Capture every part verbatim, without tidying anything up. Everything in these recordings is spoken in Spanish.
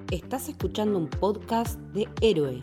Estás escuchando un podcast de Héroe.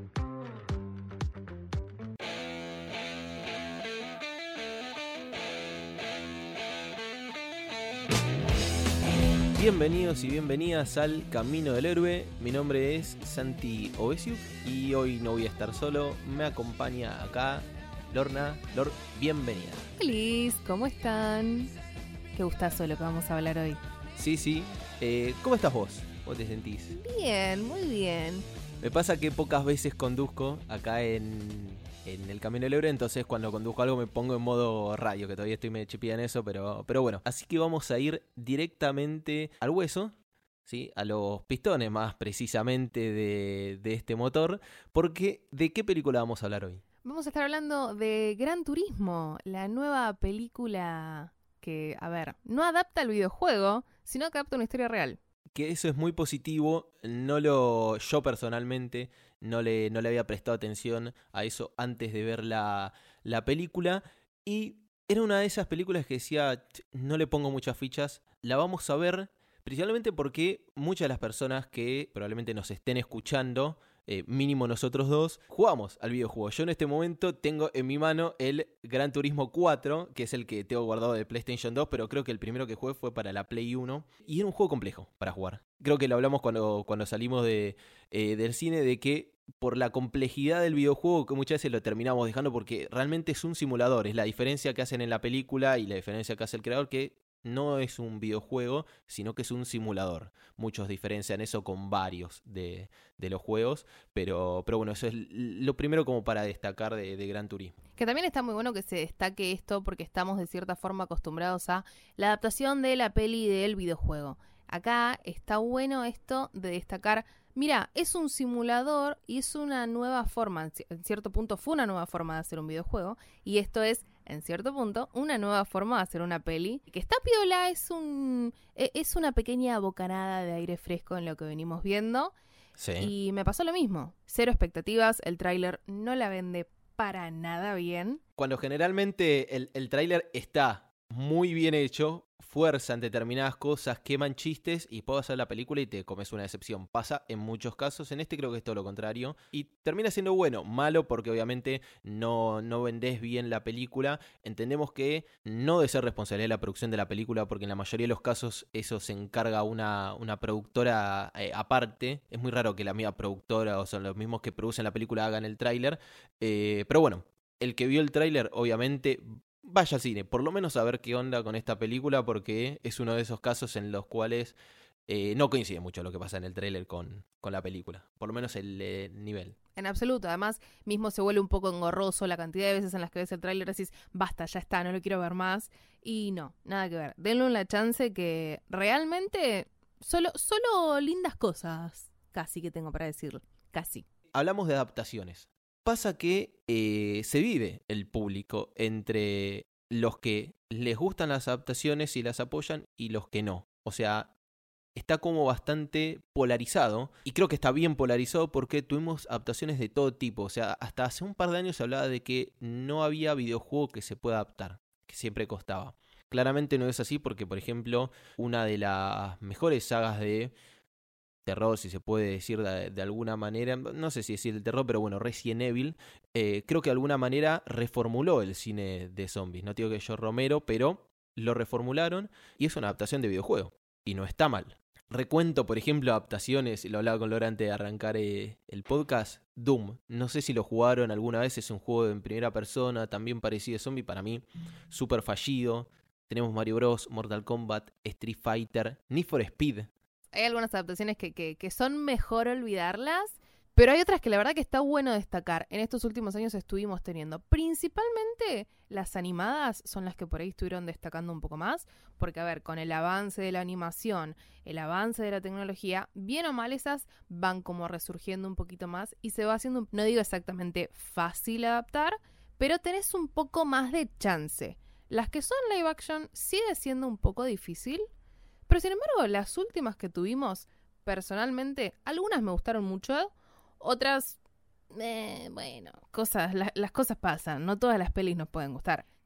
Bienvenidos y bienvenidas al Camino del Héroe. Mi nombre es Santi Ovesiuk y hoy no voy a estar solo. Me acompaña acá Lorna. Lor, bienvenida. Feliz, ¿cómo están? Qué gustazo lo que vamos a hablar hoy. Sí, sí. Eh, ¿Cómo estás vos? ¿Cómo te sentís? Bien, muy bien. Me pasa que pocas veces conduzco acá en, en el Camino del Héroe, entonces cuando conduzco algo me pongo en modo radio, que todavía estoy medio chipía en eso, pero, pero bueno. Así que vamos a ir directamente al hueso, ¿sí? A los pistones más precisamente de, de este motor, porque ¿de qué película vamos a hablar hoy? Vamos a estar hablando de Gran Turismo, la nueva película que, a ver, no adapta al videojuego, sino que adapta una historia real. Que eso es muy positivo. No lo, yo personalmente no le, no le había prestado atención a eso antes de ver la, la película. Y era una de esas películas que decía, no le pongo muchas fichas, la vamos a ver, principalmente porque muchas de las personas que probablemente nos estén escuchando, Eh, mínimo nosotros dos, jugamos al videojuego. Yo en este momento tengo en mi mano el Gran Turismo cuatro, que es el que tengo guardado de PlayStation dos, pero creo que el primero que jugué fue para la Play uno. Y era un juego complejo para jugar. Creo que lo hablamos cuando, cuando salimos de, eh, del cine, de que por la complejidad del videojuego, que muchas veces lo terminamos dejando porque realmente es un simulador. Es la diferencia que hacen en la película y la diferencia que hace el creador, que no es un videojuego, sino que es un simulador. Muchos diferencian eso con varios de, de los juegos, pero, pero bueno, eso es lo primero como para destacar de, de Gran Turismo. Que también está muy bueno que se destaque esto porque estamos de cierta forma acostumbrados a la adaptación de la peli del videojuego. Acá está bueno esto de destacar, mira, es un simulador y es una nueva forma, en cierto punto fue una nueva forma de hacer un videojuego, y esto es, en cierto punto, una nueva forma de hacer una peli. Que está piola, es un es una pequeña bocanada de aire fresco en lo que venimos viendo. Sí. Y me pasó lo mismo, cero expectativas, el tráiler no la vende para nada bien. Cuando generalmente el, el tráiler está muy bien hecho, fuerzan determinadas cosas, queman chistes y puedo hacer la película y te comes una decepción. Pasa en muchos casos, en este creo que es todo lo contrario y termina siendo bueno, malo porque obviamente no, no vendés bien la película. Entendemos que no debe ser responsabilidad de la producción de la película porque en la mayoría de los casos eso se encarga una, una productora eh, aparte. Es muy raro que la misma productora o son los mismos que producen la película hagan el tráiler, eh, pero bueno, el que vio el tráiler obviamente vaya al cine, por lo menos a ver qué onda con esta película, porque es uno de esos casos en los cuales eh, no coincide mucho lo que pasa en el tráiler con, con la película, por lo menos el eh, nivel. En absoluto, además mismo se vuelve un poco engorroso la cantidad de veces en las que ves el tráiler y decís, basta, ya está, no lo quiero ver más, y no, nada que ver. Denle una chance que realmente solo, solo lindas cosas casi que tengo para decir, casi. Hablamos de adaptaciones. Pasa que eh, se divide el público entre los que les gustan las adaptaciones y las apoyan y los que no. O sea, está como bastante polarizado y creo que está bien polarizado porque tuvimos adaptaciones de todo tipo. O sea, hasta hace un par de años se hablaba de que no había videojuego que se pueda adaptar, que siempre costaba. Claramente no es así porque, por ejemplo, una de las mejores sagas de terror, si se puede decir de, de alguna manera, no sé si decir el terror, pero bueno, Resident Evil, eh, creo que de alguna manera reformuló el cine de zombies. No digo que yo Romero, pero lo reformularon y es una adaptación de videojuego y no está mal. Recuento, por ejemplo, adaptaciones, y lo hablaba con Laura antes de arrancar eh, el podcast, Doom. No sé si lo jugaron alguna vez, es un juego en primera persona, también parecido a zombie, para mí, súper fallido. Tenemos Mario Bros, Mortal Kombat, Street Fighter, Need for Speed. Hay algunas adaptaciones que, que, que son mejor olvidarlas, pero hay otras que la verdad que está bueno destacar. En estos últimos años estuvimos teniendo, principalmente las animadas son las que por ahí estuvieron destacando un poco más, porque a ver, con el avance de la animación, el avance de la tecnología, bien o mal esas van como resurgiendo un poquito más y se va haciendo, no digo exactamente fácil adaptar, pero tenés un poco más de chance. Las que son live action sigue siendo un poco difícil. Pero sin embargo, las últimas que tuvimos, personalmente, algunas me gustaron mucho, otras, eh, bueno, cosas, la, las cosas pasan, no todas las pelis nos pueden gustar.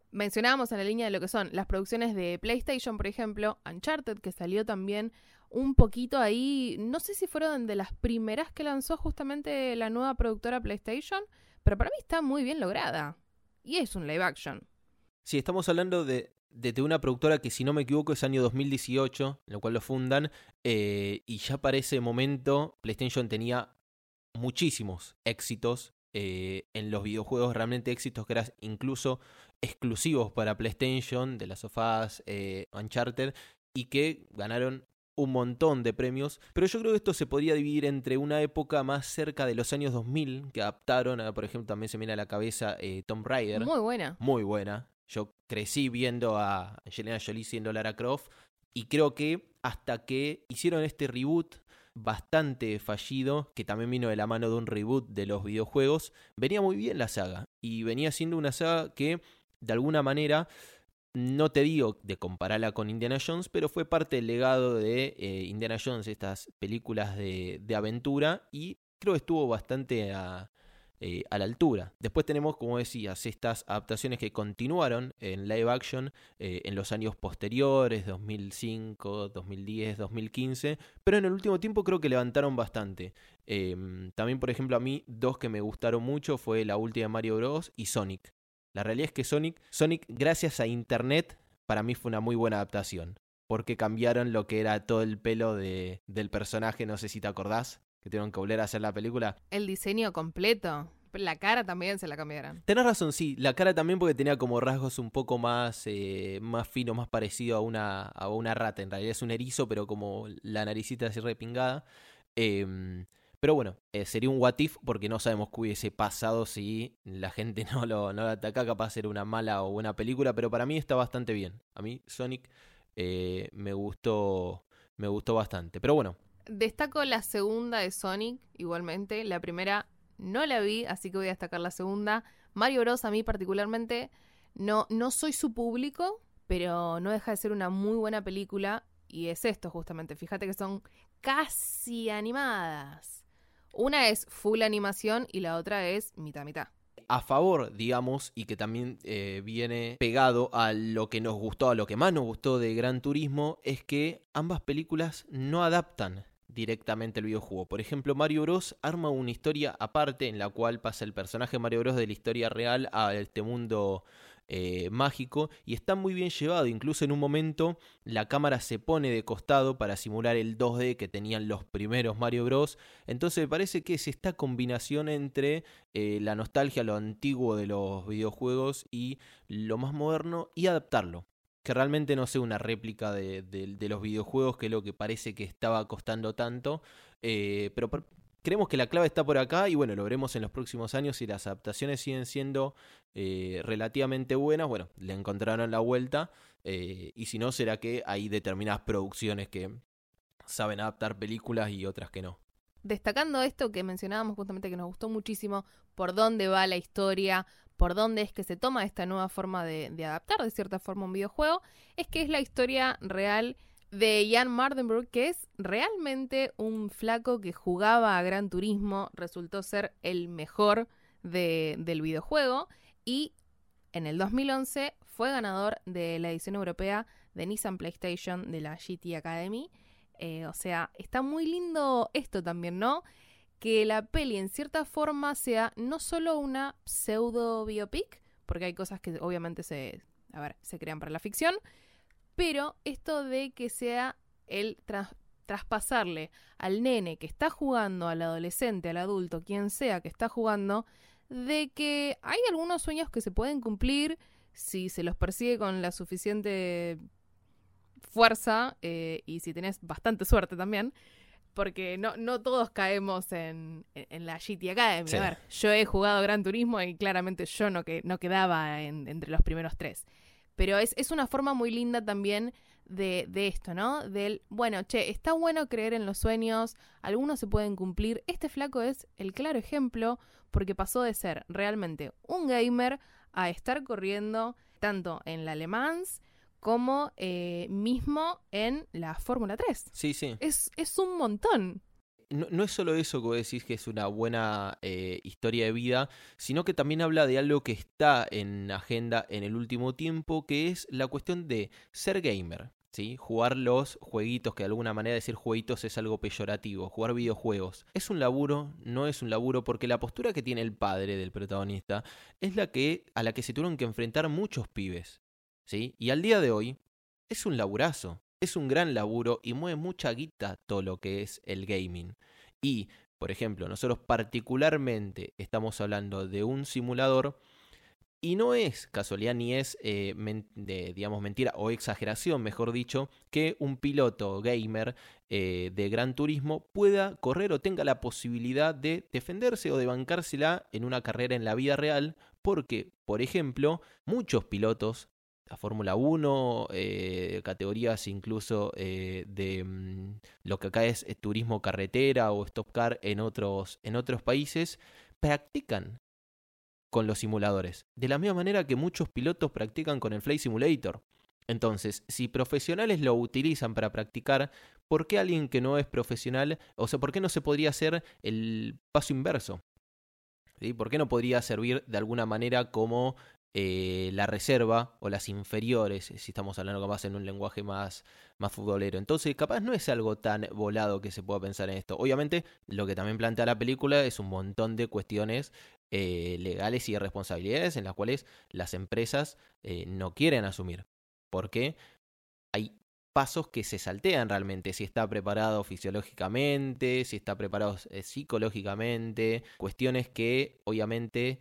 Mencionábamos en la línea de lo que son las producciones de PlayStation, por ejemplo, Uncharted, que salió también un poquito ahí, no sé si fueron de las primeras que lanzó justamente la nueva productora PlayStation, pero para mí está muy bien lograda. Y es un live action. Sí, estamos hablando de, de, de una productora que, si no me equivoco, es año dos mil dieciocho, en lo cual lo fundan, eh, y ya para ese momento PlayStation tenía muchísimos éxitos eh, en los videojuegos, realmente éxitos que eran incluso exclusivos para PlayStation, de las sofás, eh, Uncharted, y que ganaron un montón de premios, pero yo creo que esto se podría dividir entre una época más cerca de los años dos mil, que adaptaron, a, por ejemplo, también se me viene a la cabeza eh, Tomb Raider. Muy buena. Muy buena. Yo crecí viendo a Angelina Jolie siendo Lara Croft, y creo que hasta que hicieron este reboot bastante fallido, que también vino de la mano de un reboot de los videojuegos, venía muy bien la saga, y venía siendo una saga que, de alguna manera, no te digo de compararla con Indiana Jones, pero fue parte del legado de eh, Indiana Jones, estas películas de, de aventura, y creo que estuvo bastante a, eh, a la altura. Después tenemos, como decías, estas adaptaciones que continuaron en live action eh, en los años posteriores, dos mil cinco, dos mil diez, dos mil quince, pero en el último tiempo creo que levantaron bastante. Eh, también, por ejemplo, a mí dos que me gustaron mucho fue la última de Mario Bros. Y Sonic. La realidad es que Sonic, Sonic, gracias a internet, para mí fue una muy buena adaptación. Porque cambiaron lo que era todo el pelo de, del personaje, no sé si te acordás, que tuvieron que volver a hacer la película. El diseño completo. La cara también se la cambiaron. Tenés razón, sí, la cara también, porque tenía como rasgos un poco más, eh, más finos, más parecido a una, a una rata. En realidad es un erizo, pero como la naricita así repingada. Eh, Pero bueno, eh, sería un what if, porque no sabemos qué hubiese pasado si la gente no lo, no lo ataca. Capaz era una mala o buena película, pero para mí está bastante bien. A mí Sonic eh, me gustó, me gustó bastante. Pero bueno. Destaco la segunda de Sonic, igualmente. La primera no la vi, así que voy a destacar la segunda. Mario Bros. A mí particularmente no, no soy su público, pero no deja de ser una muy buena película. Y es esto justamente, fíjate que son casi animadas. Una es full animación y la otra es mitad mitad. A favor, digamos, y que también eh, viene pegado a lo que nos gustó, a lo que más nos gustó de Gran Turismo, es que ambas películas no adaptan directamente el videojuego. Por ejemplo, Mario Bros. Arma una historia aparte en la cual pasa el personaje Mario Bros. De la historia real a este mundo eh, mágico, y está muy bien llevado. Incluso en un momento la cámara se pone de costado para simular el dos D que tenían los primeros Mario Bros. Entonces me parece que es esta combinación entre eh, la nostalgia, lo antiguo de los videojuegos y lo más moderno, y adaptarlo. Que realmente no sea una réplica de, de, de los videojuegos, que es lo que parece que estaba costando tanto. Eh, pero por, creemos que la clave está por acá, y bueno, lo veremos en los próximos años. Si las adaptaciones siguen siendo eh, relativamente buenas, bueno, le encontrarán la vuelta. Eh, y si no, será que hay determinadas producciones que saben adaptar películas y otras que no. Destacando esto que mencionábamos justamente, que nos gustó muchísimo, por dónde va la historia, por dónde es que se toma esta nueva forma de, de adaptar de cierta forma un videojuego, es que es la historia real de Jan Mardenborough, que es realmente un flaco que jugaba a Gran Turismo, resultó ser el mejor de, del videojuego, y en el dos mil once fue ganador de la edición europea de Nissan PlayStation de la G T Academy. Eh, o sea, está muy lindo esto también, ¿no? Que la peli en cierta forma sea no solo una pseudo biopic, porque hay cosas que obviamente se, a ver, se crean para la ficción, pero esto de que sea el tras, traspasarle al nene que está jugando, al adolescente, al adulto, quien sea que está jugando, de que hay algunos sueños que se pueden cumplir si se los persigue con la suficiente fuerza eh, y si tenés bastante suerte también. Porque no, no todos caemos en, en la G T Academy. Sí. A ver, yo he jugado Gran Turismo y claramente yo no, que, no quedaba en, entre los primeros tres. Pero es, es una forma muy linda también de, de esto, ¿no? Del, bueno, che, está bueno creer en los sueños, algunos se pueden cumplir. Este flaco es el claro ejemplo, porque pasó de ser realmente un gamer a estar corriendo tanto en la Le Mans como eh, mismo en la Fórmula tres. Sí, sí. Es, es un montón. no, no es solo eso que vos decís que es una buena eh, historia de vida, sino que también habla de algo que está en agenda en el último tiempo, que es la cuestión de ser gamer, ¿sí? Jugar los jueguitos, que de alguna manera decir jueguitos es algo peyorativo, jugar videojuegos. ¿Es un laburo? No es un laburo, porque la postura que tiene el padre del protagonista es la que a la que se tuvieron que enfrentar muchos pibes, ¿sí? Y al día de hoy es un laburazo. Es un gran laburo y mueve mucha guita todo lo que es el gaming. Y, por ejemplo, nosotros particularmente estamos hablando de un simulador y no es casualidad ni es, eh, men- de, digamos, mentira o exageración, mejor dicho, que un piloto gamer eh, de Gran Turismo pueda correr o tenga la posibilidad de defenderse o de bancársela en una carrera en la vida real, porque, por ejemplo, muchos pilotos la Fórmula uno, eh, categorías incluso eh, de mm, lo que acá es eh, turismo carretera o stop car en otros, en otros países, practican con los simuladores. De la misma manera que muchos pilotos practican con el Flight Simulator. Entonces, si profesionales lo utilizan para practicar, ¿por qué alguien que no es profesional, o sea, por qué no se podría hacer el paso inverso? ¿Sí? ¿Por qué no podría servir de alguna manera como eh, la reserva o las inferiores, si estamos hablando capaz en un lenguaje más, más futbolero? Entonces, capaz no es algo tan volado que se pueda pensar en esto. Obviamente, lo que también plantea la película es un montón de cuestiones eh, legales y de responsabilidades en las cuales las empresas eh, no quieren asumir. ¿Por qué? Hay pasos que se saltean realmente, si está preparado fisiológicamente, si está preparado eh, psicológicamente, cuestiones que obviamente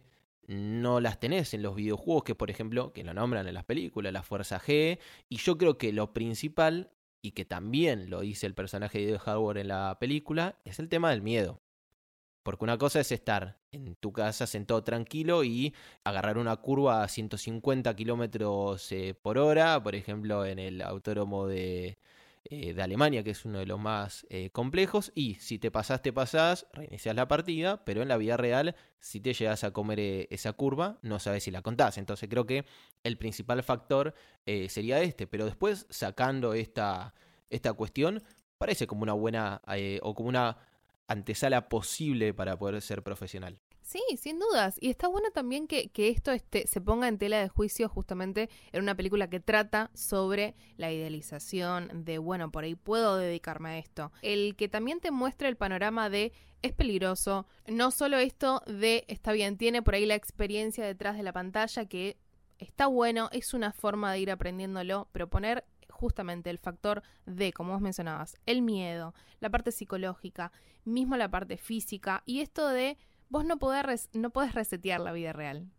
no las tenés en los videojuegos, que por ejemplo, que lo nombran en las películas, la Fuerza G, y yo creo que lo principal, y que también lo dice el personaje de Howard en la película, es el tema del miedo. Porque una cosa es estar en tu casa sentado tranquilo y agarrar una curva a ciento cincuenta kilómetros eh, por hora, por ejemplo, en el autódromo de, eh, de Alemania, que es uno de los más eh, complejos. Y si te pasás, te pasás, reiniciás la partida, pero en la vida real, si te llegas a comer eh, esa curva, no sabes si la contás. Entonces creo que el principal factor eh, sería este. Pero después, sacando esta, esta cuestión, parece como una buena eh, o como una antesala posible para poder ser profesional. Sí, sin dudas. Y está bueno también que, que esto este, se ponga en tela de juicio justamente en una película que trata sobre la idealización de, bueno, por ahí puedo dedicarme a esto. El que también te muestre el panorama de es peligroso. No solo esto de, está bien, tiene por ahí la experiencia detrás de la pantalla que está bueno, es una forma de ir aprendiéndolo, pero poner justamente el factor de, como vos mencionabas, el miedo, la parte psicológica, mismo la parte física, y esto de vos no podés, no podés resetear la vida real.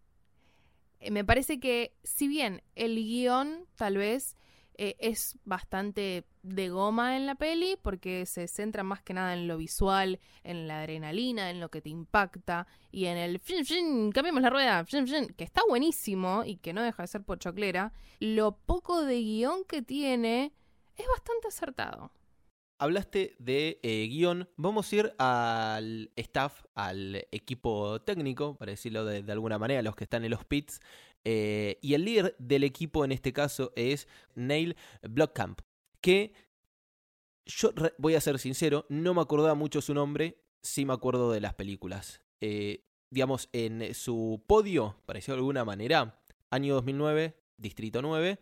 Eh, me parece que, si bien el guión tal vez eh, es bastante de goma en la peli, porque se centra más que nada en lo visual, en la adrenalina, en lo que te impacta, y en el fin, fin, cambiemos la rueda, fin, fin, que está buenísimo y que no deja de ser pochoclera, lo poco de guión que tiene es bastante acertado. Hablaste de eh, guión, vamos a ir al staff, al equipo técnico, para decirlo de, de alguna manera, los que están en los pits, eh, y el líder del equipo en este caso es Neil Blomkamp, que yo re- voy a ser sincero, no me acordaba mucho su nombre, sí me acuerdo de las películas. Eh, digamos, en su podio, para decirlo de alguna manera, año dos mil nueve, Distrito nueve,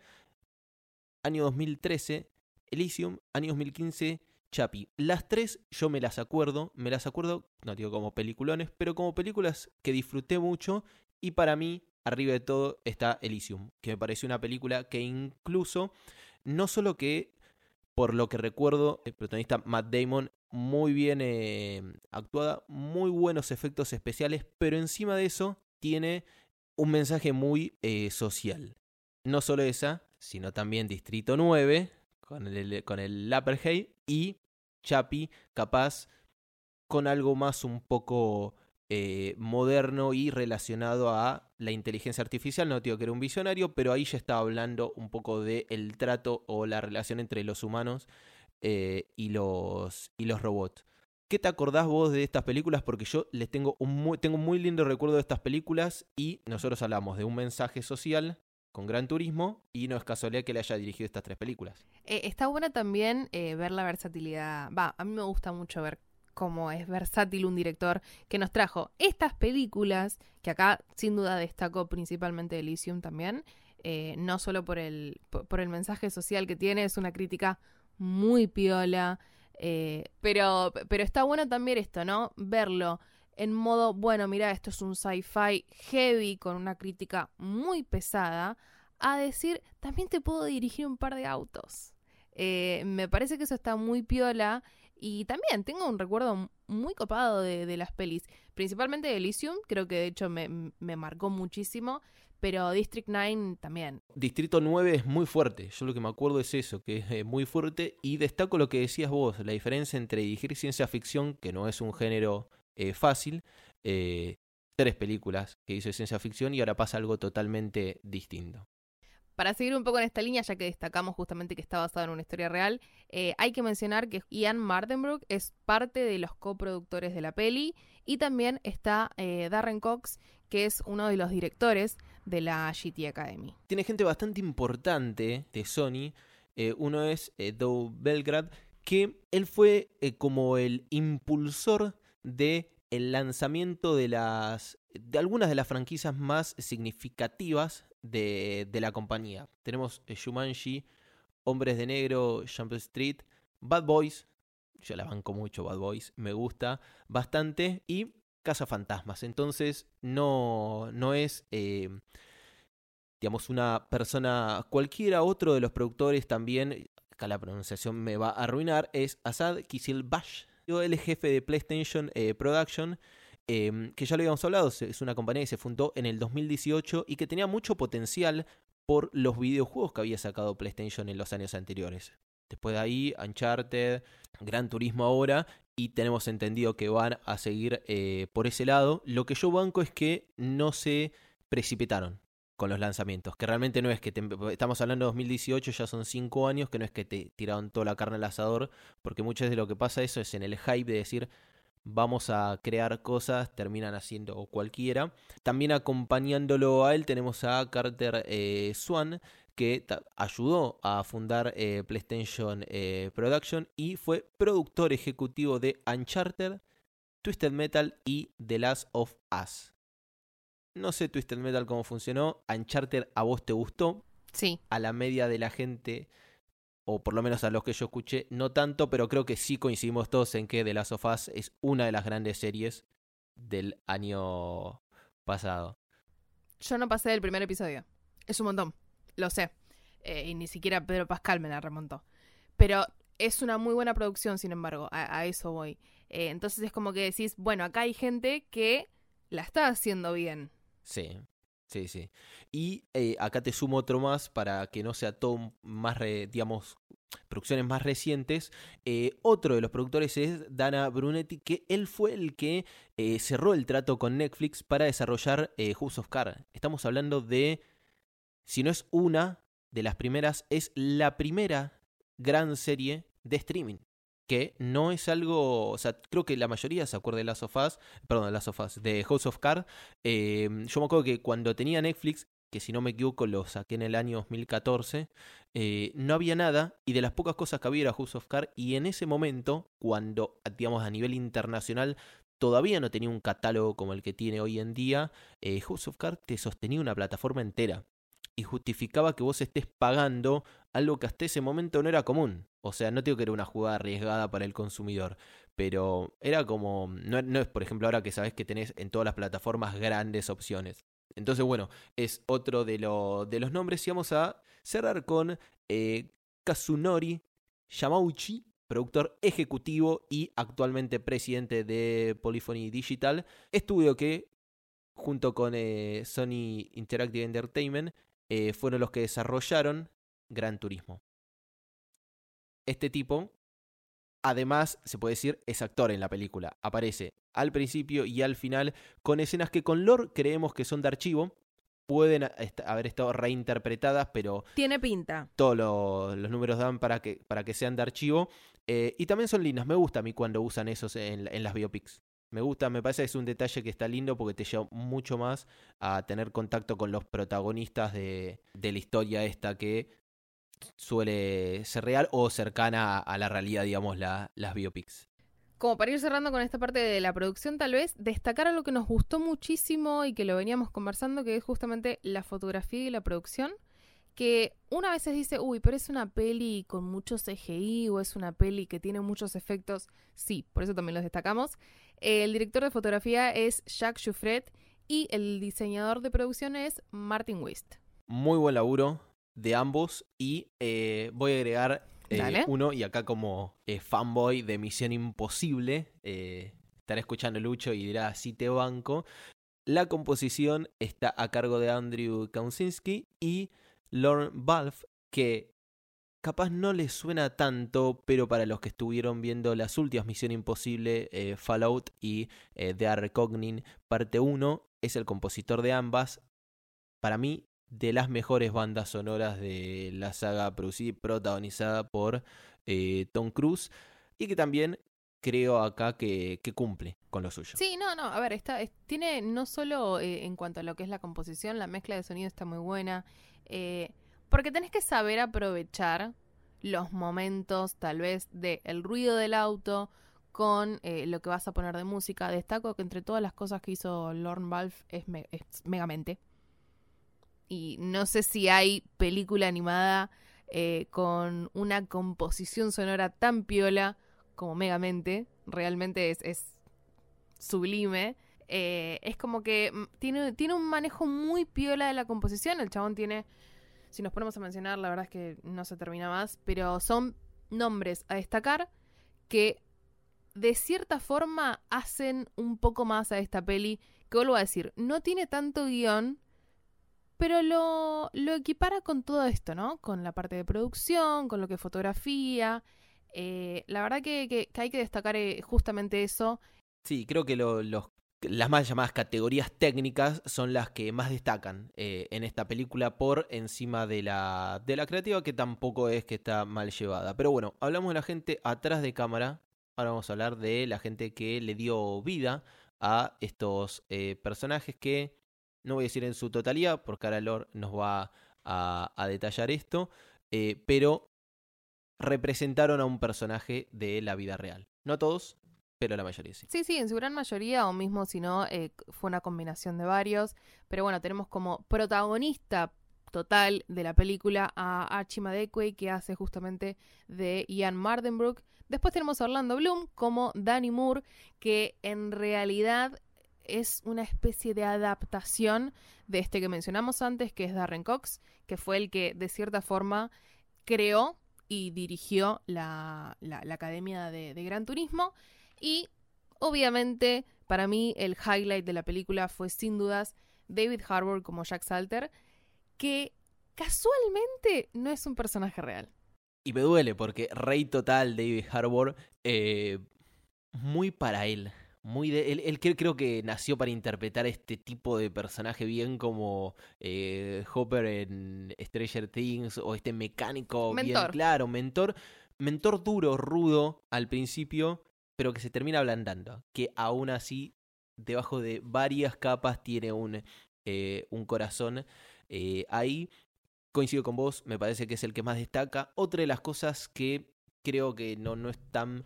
año dos mil trece, Elysium, año dos mil quince, Chappie. Las tres yo me las acuerdo, me las acuerdo, no digo como peliculones, pero como películas que disfruté mucho y para mí, arriba de todo, está Elysium, que me pareció una película que incluso, no solo que, por lo que recuerdo, el protagonista Matt Damon, muy bien eh, actuada, muy buenos efectos especiales, pero encima de eso tiene un mensaje muy eh, social. No solo esa, sino también Distrito nueve, con el, con el Lapperhead, y Chappie, capaz con algo más un poco eh, moderno y relacionado a la inteligencia artificial. No digo que era un visionario, pero ahí ya estaba hablando un poco del trato o la relación entre los humanos eh, y, los, y los robots. ¿Qué te acordás vos de estas películas? Porque yo les tengo un muy, tengo un muy lindo recuerdo de estas películas y nosotros hablamos de un mensaje social con Gran Turismo y no es casualidad que le haya dirigido estas tres películas. Eh, está bueno también eh, ver la versatilidad. Va, a mí me gusta mucho ver cómo es versátil un director que nos trajo estas películas, que acá sin duda destacó principalmente Elysium también, eh, no solo por el, por, por el mensaje social que tiene, es una crítica muy piola, eh, pero, pero está bueno también esto, ¿no? Verlo en modo, bueno, mira, esto es un sci-fi heavy con una crítica muy pesada, a decir, también te puedo dirigir un par de autos. Eh, me parece que eso está muy piola. Y también tengo un recuerdo muy copado de, de las pelis, principalmente de Elysium, creo que de hecho me, me marcó muchísimo, pero District nueve también. Distrito nueve es muy fuerte, yo lo que me acuerdo es eso, que es eh, muy fuerte, y destaco lo que decías vos, la diferencia entre dirigir ciencia ficción, que no es un género eh, fácil, eh, tres películas que hizo de ciencia ficción y ahora pasa algo totalmente distinto. Para seguir un poco en esta línea, ya que destacamos justamente que está basado en una historia real, eh, hay que mencionar que Ian Mardenbrough es parte de los coproductores de la peli y también está eh, Darren Cox, que es uno de los directores de la G T Academy. Tiene gente bastante importante de Sony, eh, uno es eh, Doug Belgrad, que él fue eh, como el impulsor de el lanzamiento de las de algunas de las franquicias más significativas de, de la compañía. Tenemos eh, Jumanji, Hombres de Negro, Jump Street, Bad Boys, yo la banco mucho Bad Boys, me gusta bastante, y Cazafantasmas. Entonces no, no es eh, digamos una persona cualquiera. Otro de los productores también, acá la pronunciación me va a arruinar, es Asad Kizilbash. Él es jefe de PlayStation eh, Production, eh, que ya lo habíamos hablado, es una compañía que se fundó en el dos mil dieciocho y que tenía mucho potencial por los videojuegos que había sacado PlayStation en los años anteriores. Después de ahí, Uncharted, Gran Turismo ahora, y tenemos entendido que van a seguir eh, por ese lado. Lo que yo banco es que no se precipitaron con los lanzamientos, que realmente no es que te, estamos hablando de dos mil dieciocho, ya son cinco años, que no es que te tiraron toda la carne al asador, porque muchas de lo que pasa eso es en el hype de decir vamos a crear cosas, terminan haciendo cualquiera. También acompañándolo a él tenemos a Carter eh, Swan, que ta- ayudó a fundar eh, PlayStation eh, Production y fue productor ejecutivo de Uncharted, Twisted Metal y The Last of Us. No sé Twisted Metal cómo funcionó. Uncharted a vos te gustó. Sí. A la media de la gente, o por lo menos a los que yo escuché, no tanto, pero creo que sí coincidimos todos en que The Last of Us es una de las grandes series del año pasado. Yo no pasé del primer episodio. Es un montón. Lo sé. Eh, y ni siquiera Pedro Pascal me la remontó. Pero es una muy buena producción, sin embargo. A, a eso voy. Eh, entonces es como que decís, bueno, acá hay gente que la está haciendo bien. Sí, sí, sí. Y eh, acá te sumo otro más para que no sea todo más, re, digamos, producciones más recientes. Eh, otro de los productores es Dana Brunetti, que él fue el que eh, cerró el trato con Netflix para desarrollar eh, House of Cards. Estamos hablando de, si no es una de las primeras, es la primera gran serie de streaming. Que no es algo, o sea, creo que la mayoría se acuerda de Last of Us, perdón, de Last of Us, de House of Cards. Eh, yo me acuerdo que cuando tenía Netflix, que si no me equivoco lo saqué en el año dos mil catorce, eh, no había nada y de las pocas cosas que había era House of Cards, y en ese momento, cuando, digamos, a nivel internacional todavía no tenía un catálogo como el que tiene hoy en día, eh, House of Cards te sostenía una plataforma entera y justificaba que vos estés pagando algo que hasta ese momento no era común. O sea, no digo que era una jugada arriesgada para el consumidor, pero era como, no, no es por ejemplo ahora que sabés que tenés en todas las plataformas grandes opciones. Entonces bueno, es otro de, lo, de los nombres, y vamos a cerrar con eh, Kazunori Yamauchi, productor ejecutivo y actualmente presidente de Polyphony Digital, estudio que junto con eh, Sony Interactive Entertainment eh, fueron los que desarrollaron Gran Turismo. Este tipo, además, se puede decir, es actor en la película. Aparece al principio y al final con escenas que con lore creemos que son de archivo. Pueden est- haber estado reinterpretadas, pero Tiene pinta. todos lo, los números dan para que, para que sean de archivo. Eh, y también son lindas. Me gusta a mí cuando usan esos en, en las biopics. Me gusta, me parece que es un detalle que está lindo porque te lleva mucho más a tener contacto con los protagonistas de, de la historia esta que suele ser real o cercana a la realidad, digamos, la, las biopics. Como para ir cerrando con esta parte de la producción, tal vez destacar algo que nos gustó muchísimo y que lo veníamos conversando, que es justamente la fotografía y la producción. Que una vez dice, uy, pero es una peli con mucho C G I o es una peli que tiene muchos efectos. Sí, por eso también los destacamos. El director de fotografía es Jacques Jouffret y el diseñador de producción es Martin Wist. Muy buen laburo de ambos y eh, voy a agregar eh, uno, y acá como eh, fanboy de Misión Imposible, eh, estará escuchando Lucho y dirá, sí te banco. La composición está a cargo de Andrew Kaczynski y Lorne Balfe, que capaz no les suena tanto, pero para los que estuvieron viendo las últimas Misión Imposible, eh, Fallout y eh, The Reckoning parte uno, es el compositor de ambas. Para mí, de las mejores bandas sonoras de la saga producida y protagonizada por eh, Tom Cruise, y que también creo acá que, que cumple con lo suyo. Sí, no, no, a ver, está, es, tiene no solo eh, en cuanto a lo que es la composición, la mezcla de sonido está muy buena, eh, porque tenés que saber aprovechar los momentos tal vez de el ruido del auto con eh, lo que vas a poner de música. Destaco que entre todas las cosas que hizo Lorne Balfe es, me, es Megamente. Y no sé si hay película animada eh, con una composición sonora tan piola como Megamente. Realmente es, es sublime. Eh, es como que tiene, tiene un manejo muy piola de la composición. El chabón tiene, si nos ponemos a mencionar, la verdad es que no se termina más, pero son nombres a destacar que de cierta forma hacen un poco más a esta peli, que vuelvo a decir, no tiene tanto guión, pero lo, lo equipara con todo esto, ¿no? Con la parte de producción, con lo que es fotografía. Eh, la verdad que, que, que hay que destacar eh, justamente eso. Sí, creo que lo, los, las más llamadas categorías técnicas son las que más destacan eh, en esta película por encima de la, de la creativa, que tampoco es que está mal llevada. Pero bueno, hablamos de la gente atrás de cámara. Ahora vamos a hablar de la gente que le dio vida a estos eh, personajes que... No voy a decir en su totalidad, porque ahora Lord nos va a, a detallar esto, eh, pero representaron a un personaje de la vida real. No todos, pero la mayoría sí. Sí, sí, en su gran mayoría, o mismo si no, eh, fue una combinación de varios. Pero bueno, tenemos como protagonista total de la película a Archie Madekwe, que hace justamente de Ian Mardenbrook. Después tenemos a Orlando Bloom como Danny Moore, que en realidad... es una especie de adaptación de este que mencionamos antes, que es Darren Cox, que fue el que, de cierta forma, creó y dirigió la, la, la Academia de, de Gran Turismo. Y, obviamente, para mí, el highlight de la película fue, sin dudas, David Harbour como Jack Salter, que casualmente no es un personaje real. Y me duele, porque rey total David Harbour, eh, muy para él. Muy de, él, él creo que nació para interpretar este tipo de personaje bien como eh, Hopper en Stranger Things, o este mecánico mentor. Bien claro, mentor, mentor duro, rudo al principio, pero que se termina ablandando, que aún así debajo de varias capas tiene un, eh, un corazón eh, ahí. Coincido con vos, me parece que es el que más destaca. Otra de las cosas que creo que no, no es tan...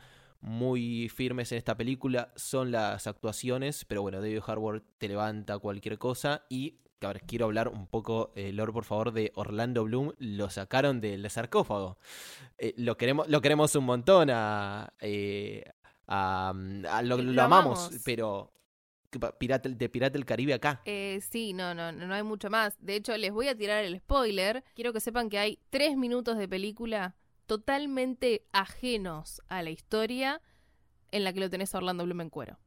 muy firmes en esta película son las actuaciones, pero bueno, David Harbour te levanta cualquier cosa. Y ahora quiero hablar un poco, eh, Lord, por favor, de Orlando Bloom. Lo sacaron del sarcófago. Eh, lo queremos lo queremos un montón a, eh, a, a lo, lo, lo amamos, amamos, pero Pirata, de Pirata del Caribe acá. Eh, sí, no, no, no hay mucho más. De hecho, les voy a tirar el spoiler. Quiero que sepan que hay tres minutos de película totalmente ajenos a la historia en la que lo tenés a Orlando Bloom en cuero.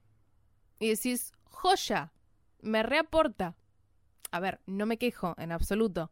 Y decís, joya, me reaporta. A ver, no me quejo en absoluto,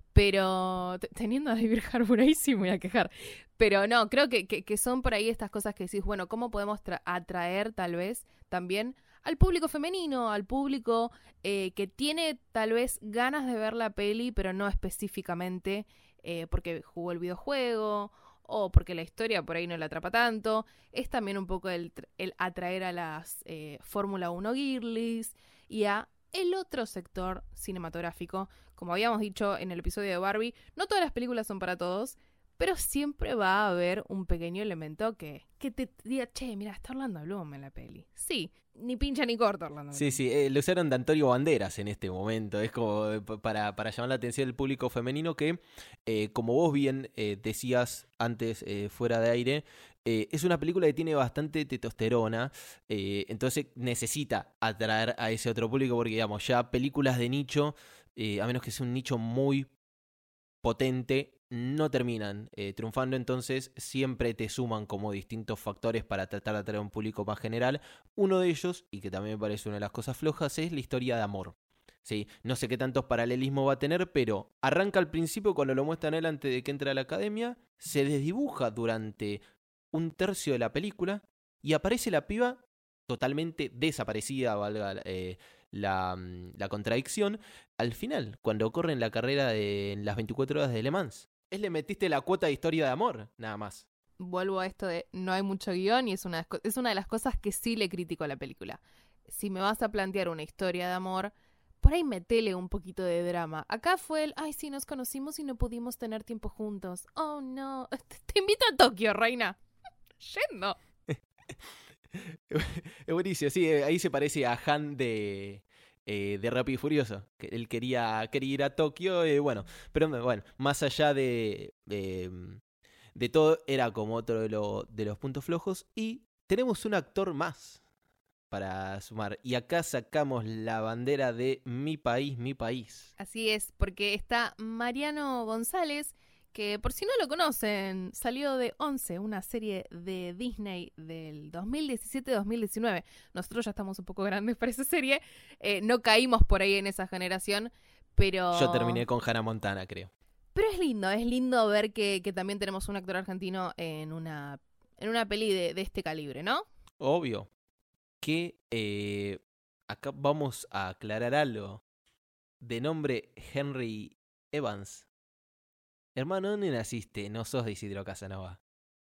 pero t- teniendo a David Harbour ahí sí me voy a quejar. Pero no, creo que, que, que son por ahí estas cosas que decís, bueno, ¿cómo podemos tra- atraer tal vez también al público femenino, al público eh, que tiene tal vez ganas de ver la peli, pero no específicamente Eh, porque jugó el videojuego o porque la historia por ahí no la atrapa tanto? Es también un poco el, el atraer a las eh, Fórmula uno girlies y a el otro sector cinematográfico. Como habíamos dicho en el episodio de Barbie, no todas las películas son para todos, pero siempre va a haber un pequeño elemento que, que te diga, che, mira, está Orlando Bloom en la peli. Sí, ni pincha ni corta Orlando Bloom. Sí, sí, eh, lo usaron de Antonio Banderas en este momento. Es como eh, para, para llamar la atención del público femenino que, eh, como vos bien eh, decías antes eh, fuera de aire, eh, es una película que tiene bastante testosterona, eh, entonces necesita atraer a ese otro público porque, digamos, ya películas de nicho, eh, a menos que sea un nicho muy potente, no terminan eh, triunfando, entonces siempre te suman como distintos factores para tratar de atraer a un público más general. Uno de ellos, y que también me parece una de las cosas flojas, es la historia de amor. Sí, no sé qué tantos paralelismos va a tener, pero arranca al principio cuando lo muestran él antes de que entre a la academia, se desdibuja durante un tercio de la película y aparece la piba totalmente desaparecida, valga eh, la, la contradicción, al final, cuando corren la carrera de en las veinticuatro horas de Le Mans. Es le metiste la cuota de historia de amor, nada más. Vuelvo a esto de no hay mucho guión y es una, es una de las cosas que sí le critico a la película. Si me vas a plantear una historia de amor, por ahí metele un poquito de drama. Acá fue el, ay, sí, nos conocimos y no pudimos tener tiempo juntos. Oh, no. Te, te invito a Tokio, reina. Yendo. Es buenísimo, sí, ahí se parece a Han de, eh, de Rápido y Furioso, que él quería, quería ir a Tokio, eh, bueno, pero bueno, más allá de, de, de todo, era como otro de, lo, de los puntos flojos, y tenemos un actor más para sumar, y acá sacamos la bandera de Mi País, Mi País. Así es, porque está Mariano González, que por si no lo conocen, salió de once, una serie de Disney del dos mil diecisiete dos mil diecinueve. Nosotros ya estamos un poco grandes para esa serie, eh, no caímos por ahí en esa generación, pero... Yo terminé con Hannah Montana, creo. Pero es lindo, es lindo ver que, que también tenemos un actor argentino en una, en una peli de, de este calibre, ¿no? Obvio que eh, acá vamos a aclarar algo. De nombre Henry Evans. Hermano, ¿dónde naciste? No sos de Isidro Casanova.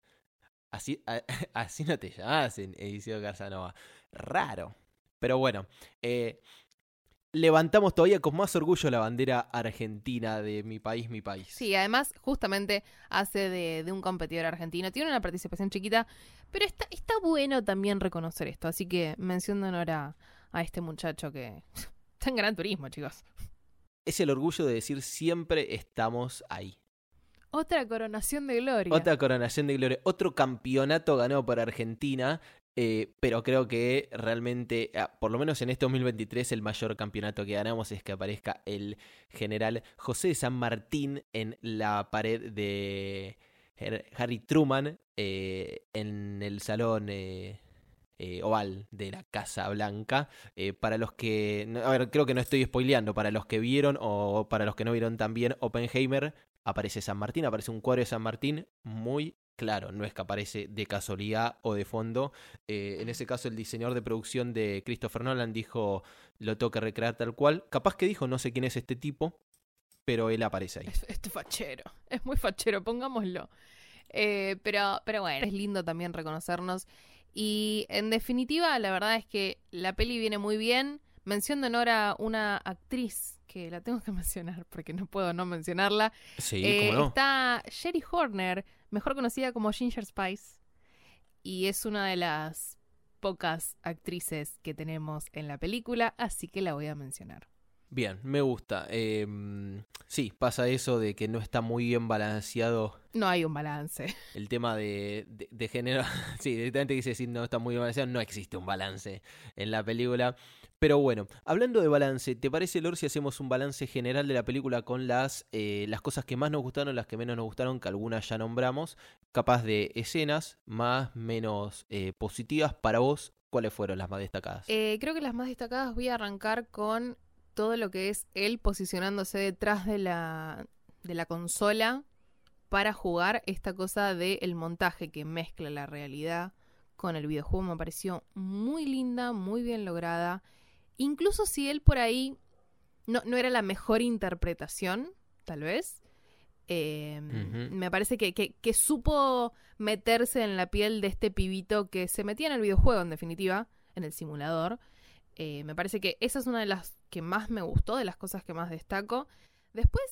Así, a, así no te llamás en Isidro Casanova. Raro. Pero bueno, eh, levantamos todavía con más orgullo la bandera argentina de Mi País, Mi País. Sí, además justamente hace de, de un competidor argentino. Tiene una participación chiquita, pero está, está bueno también reconocer esto. Así que mención de honor a, a este muchacho que está en Gran Turismo, chicos. Es el orgullo de decir siempre estamos ahí. Otra coronación de gloria. Otra coronación de gloria. Otro campeonato ganado por Argentina. Eh, pero creo que realmente, ah, por lo menos en este dos mil veintitrés, el mayor campeonato que ganamos es que aparezca el general José de San Martín en la pared de Harry Truman, eh, en el salón eh, eh, oval de la Casa Blanca. Eh, para los que, a ver, creo que no estoy spoileando, para los que vieron o para los que no vieron también Oppenheimer, aparece San Martín, aparece un cuadro de San Martín muy claro, no es que aparece de casualidad o de fondo. Eh, en ese caso el diseñador de producción de Christopher Nolan dijo, lo tengo que recrear tal cual. Capaz que dijo, no sé quién es este tipo, pero él aparece ahí. Es, es fachero, es muy fachero, pongámoslo. Eh, pero, pero bueno, es lindo también reconocernos. Y en definitiva, la verdad es que la peli viene muy bien. Mención de honor a una actriz que la tengo que mencionar porque no puedo no mencionarla. Sí, eh, cómo no. Está Sherry Horner, mejor conocida como Ginger Spice, y es una de las pocas actrices que tenemos en la película, así que la voy a mencionar. Bien, me gusta. Eh, sí, pasa eso de que no está muy bien balanceado. No hay un balance. El tema de, de, de género. Sí, directamente quise decir no está muy bien balanceado. No existe un balance en la película. Pero bueno, hablando de balance, ¿te parece, Lor, si hacemos un balance general de la película con las, eh, las cosas que más nos gustaron, las que menos nos gustaron, que algunas ya nombramos, capaz de escenas más, menos eh, positivas para vos? ¿Cuáles fueron las más destacadas? Eh, creo que las más destacadas voy a arrancar con todo lo que es él posicionándose detrás de la, de la consola para jugar esta cosa del montaje que mezcla la realidad con el videojuego. Me pareció muy linda, muy bien lograda. Incluso si él por ahí no, no era la mejor interpretación, tal vez, eh, uh-huh. me parece que, que, que supo meterse en la piel de este pibito que se metía en el videojuego, en definitiva, en el simulador. Eh, me parece que esa es una de las que más me gustó, de las cosas que más destaco. Después,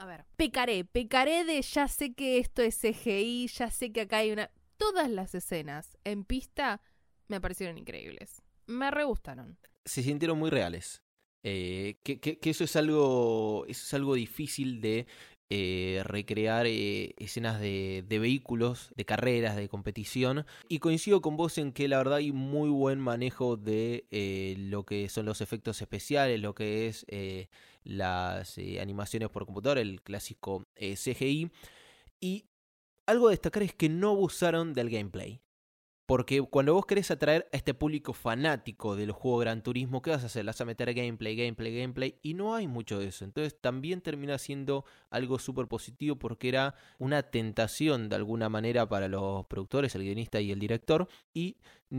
A ver, pecaré, pecaré de ya sé que esto es C G I, ya sé que acá hay una... Todas las escenas en pista me parecieron increíbles. Me re gustaron. Se sintieron muy reales. Eh, que, que, que eso es algo, eso es algo difícil de eh, recrear eh, escenas de, de vehículos, de carreras, de competición. Y coincido con vos en que la verdad hay muy buen manejo de eh, lo que son los efectos especiales, lo que es eh, las eh, animaciones por computadora, el clásico eh, C G I. Y algo a destacar es que no abusaron del gameplay. Porque cuando vos querés atraer a este público fanático del juego Gran Turismo, ¿qué vas a hacer? Le vas a meter gameplay, gameplay, gameplay, y no hay mucho de eso. Entonces también termina siendo algo súper positivo porque era una tentación de alguna manera para los productores, el guionista y el director, y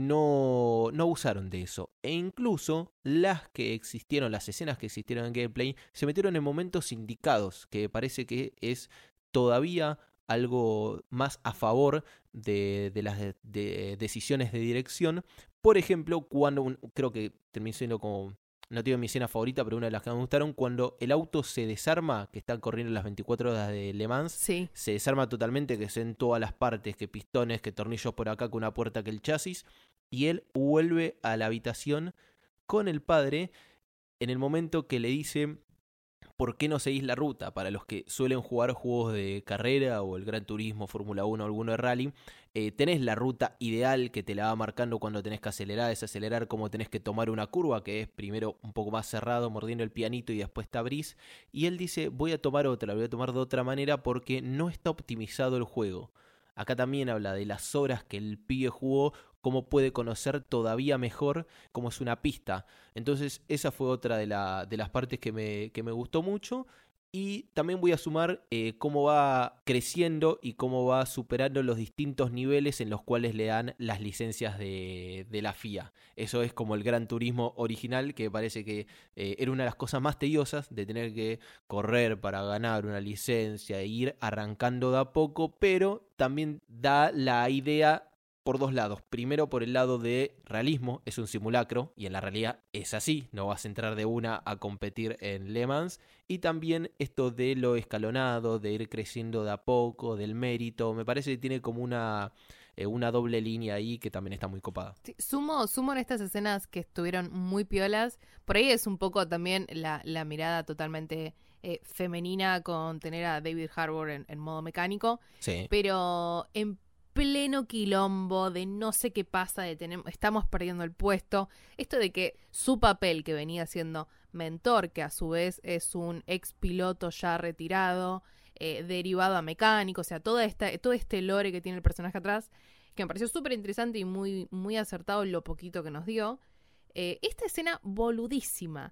no, no abusaron de eso. E incluso las que existieron, las escenas que existieron en gameplay, se metieron en momentos indicados, que parece que es todavía algo más a favor de, de las de, de decisiones de dirección. Por ejemplo, cuando un, creo que terminó siendo como, no tengo mi escena favorita, pero una de las que me gustaron, cuando el auto se desarma, que están corriendo las veinticuatro horas de Le Mans, sí. Se desarma totalmente, que se ven todas las partes, que pistones, que tornillos por acá, que una puerta, que el chasis, y él vuelve a la habitación con el padre en el momento que le dice: ¿por qué no seguís la ruta? Para los que suelen jugar juegos de carrera o el Gran Turismo, Fórmula uno o alguno de rally, eh, tenés la ruta ideal que te la va marcando cuando tenés que acelerar, desacelerar, cómo tenés que tomar una curva, que es primero un poco más cerrado, mordiendo el pianito y después te abrís. Y él dice: voy a tomar otra, la voy a tomar de otra manera porque no está optimizado el juego. Acá también habla de las horas que el pibe jugó, cómo puede conocer todavía mejor cómo es una pista. Entonces esa fue otra de, la, de las partes que me, que me gustó mucho. Y también voy a sumar eh, cómo va creciendo y cómo va superando los distintos niveles en los cuales le dan las licencias de, de la F I A. Eso es como el Gran Turismo original, que parece que eh, era una de las cosas más tediosas de tener que correr para ganar una licencia e ir arrancando de a poco, pero también da la idea por dos lados. Primero, por el lado de realismo, es un simulacro y en la realidad es así, no vas a entrar de una a competir en Le Mans. Y también esto de lo escalonado, de ir creciendo de a poco, del mérito, me parece que tiene como una, eh, una doble línea ahí que también está muy copada. Sí, sumo, sumo en estas escenas que estuvieron muy piolas. Por ahí es un poco también la, la mirada totalmente eh, femenina con tener a David Harbour en, en modo mecánico. Sí. Pero en pleno quilombo de no sé qué pasa, de tenemos, estamos perdiendo el puesto. Esto de que su papel, que venía siendo mentor, que a su vez es un ex piloto ya retirado, eh, derivado a mecánico, o sea, toda esta, todo este lore que tiene el personaje atrás, que me pareció súper interesante y muy, muy acertado lo poquito que nos dio. Eh, esta escena boludísima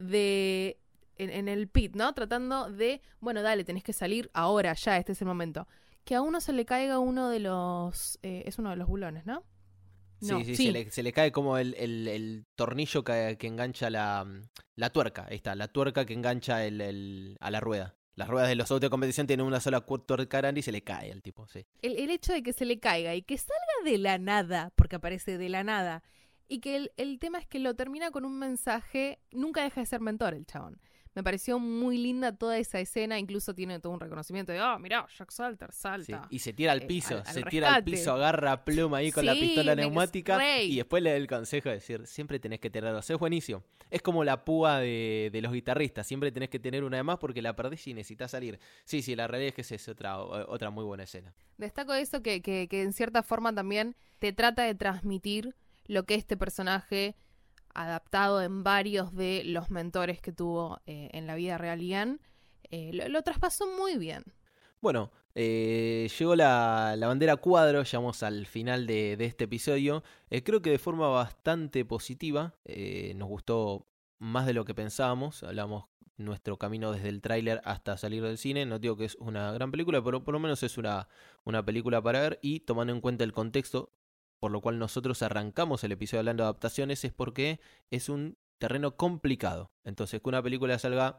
de en, en el pit, ¿no? Tratando de, bueno, dale, tenés que salir ahora, ya, este es el momento. Que a uno se le caiga uno de los... Eh, es uno de los bulones, ¿no? Sí, no, sí, sí. Se, le, se le cae como el, el, el tornillo que, que engancha la, la tuerca. Ahí está, la tuerca que engancha el, el, a la rueda. Las ruedas de los autos de competición tienen una sola tuerca grande y se le cae al tipo, sí. El, el hecho de que se le caiga y que salga de la nada, porque aparece de la nada, y que el, el tema es que lo termina con un mensaje, nunca deja de ser mentor el chabón. Me pareció muy linda toda esa escena, incluso tiene todo un reconocimiento de, ah, oh, mirá, Jack Salter salta. Sí. Y se tira al eh, piso, al, al se rescate. tira al piso, agarra pluma ahí con sí, la pistola me, neumática rey. y después le da el consejo de decir, siempre tenés que tenerlo, es buenísimo. Es como la púa de, de los guitarristas, siempre tenés que tener una de más porque la perdés y necesitas salir. Sí, sí, la realidad es que esa es otra, otra muy buena escena. Destaco eso que, que, que en cierta forma también te trata de transmitir lo que este personaje, adaptado en varios de los mentores que tuvo eh, en la vida real Ian, eh, lo, lo traspasó muy bien. Bueno, eh, llegó la, la bandera cuadro, llegamos al final de, de este episodio. Eh, creo que de forma bastante positiva, eh, nos gustó más de lo que pensábamos. Hablamos nuestro camino desde el tráiler hasta salir del cine. No digo que es una gran película, pero por lo menos es una, una película para ver. Y tomando en cuenta el contexto, por lo cual nosotros arrancamos el episodio hablando de adaptaciones, es porque es un terreno complicado. Entonces, que una película salga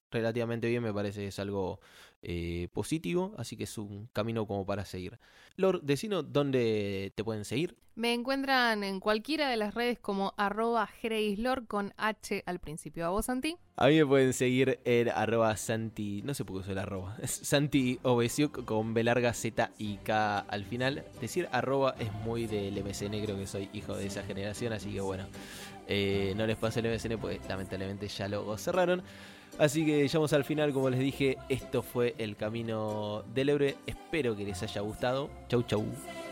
relativamente bien, me parece que es algo eh, positivo, así que es un camino como para seguir. Lord, decinos dónde te pueden seguir. Me encuentran en cualquiera de las redes como arroba jereislor con H al principio. ¿A vos, Santi? A mí me pueden seguir en arroba Santi, no sé por qué uso el arroba, es Santi Obesiuk con B larga Z y K al final. Decir arroba es muy del M S N, creo que soy hijo de esa generación, así que bueno, eh, no les paso el M S N porque lamentablemente ya lo cerraron. Así que llegamos al final, como les dije, esto fue El Camino del Héroe. Espero que les haya gustado. Chau, chau.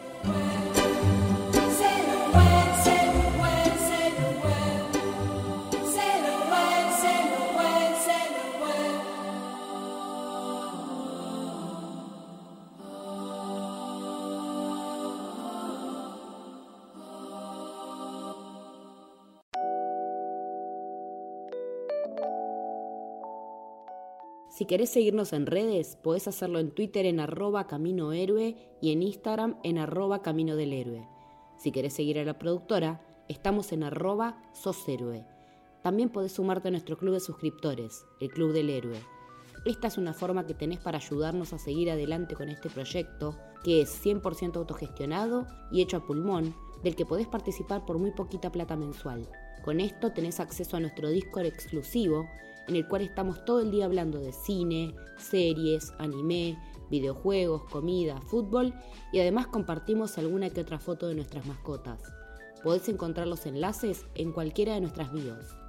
Si querés seguirnos en redes, podés hacerlo en Twitter en arroba caminohéroe y en Instagram en arroba camino del héroe. Si querés seguir a la productora, estamos en arroba soshéroe. También podés sumarte a nuestro club de suscriptores, el Club del Héroe. Esta es una forma que tenés para ayudarnos a seguir adelante con este proyecto, que es cien por ciento autogestionado y hecho a pulmón, del que podés participar por muy poquita plata mensual. Con esto tenés acceso a nuestro Discord exclusivo, en el cual estamos todo el día hablando de cine, series, anime, videojuegos, comida, fútbol y además compartimos alguna que otra foto de nuestras mascotas. Podés encontrar los enlaces en cualquiera de nuestras bios.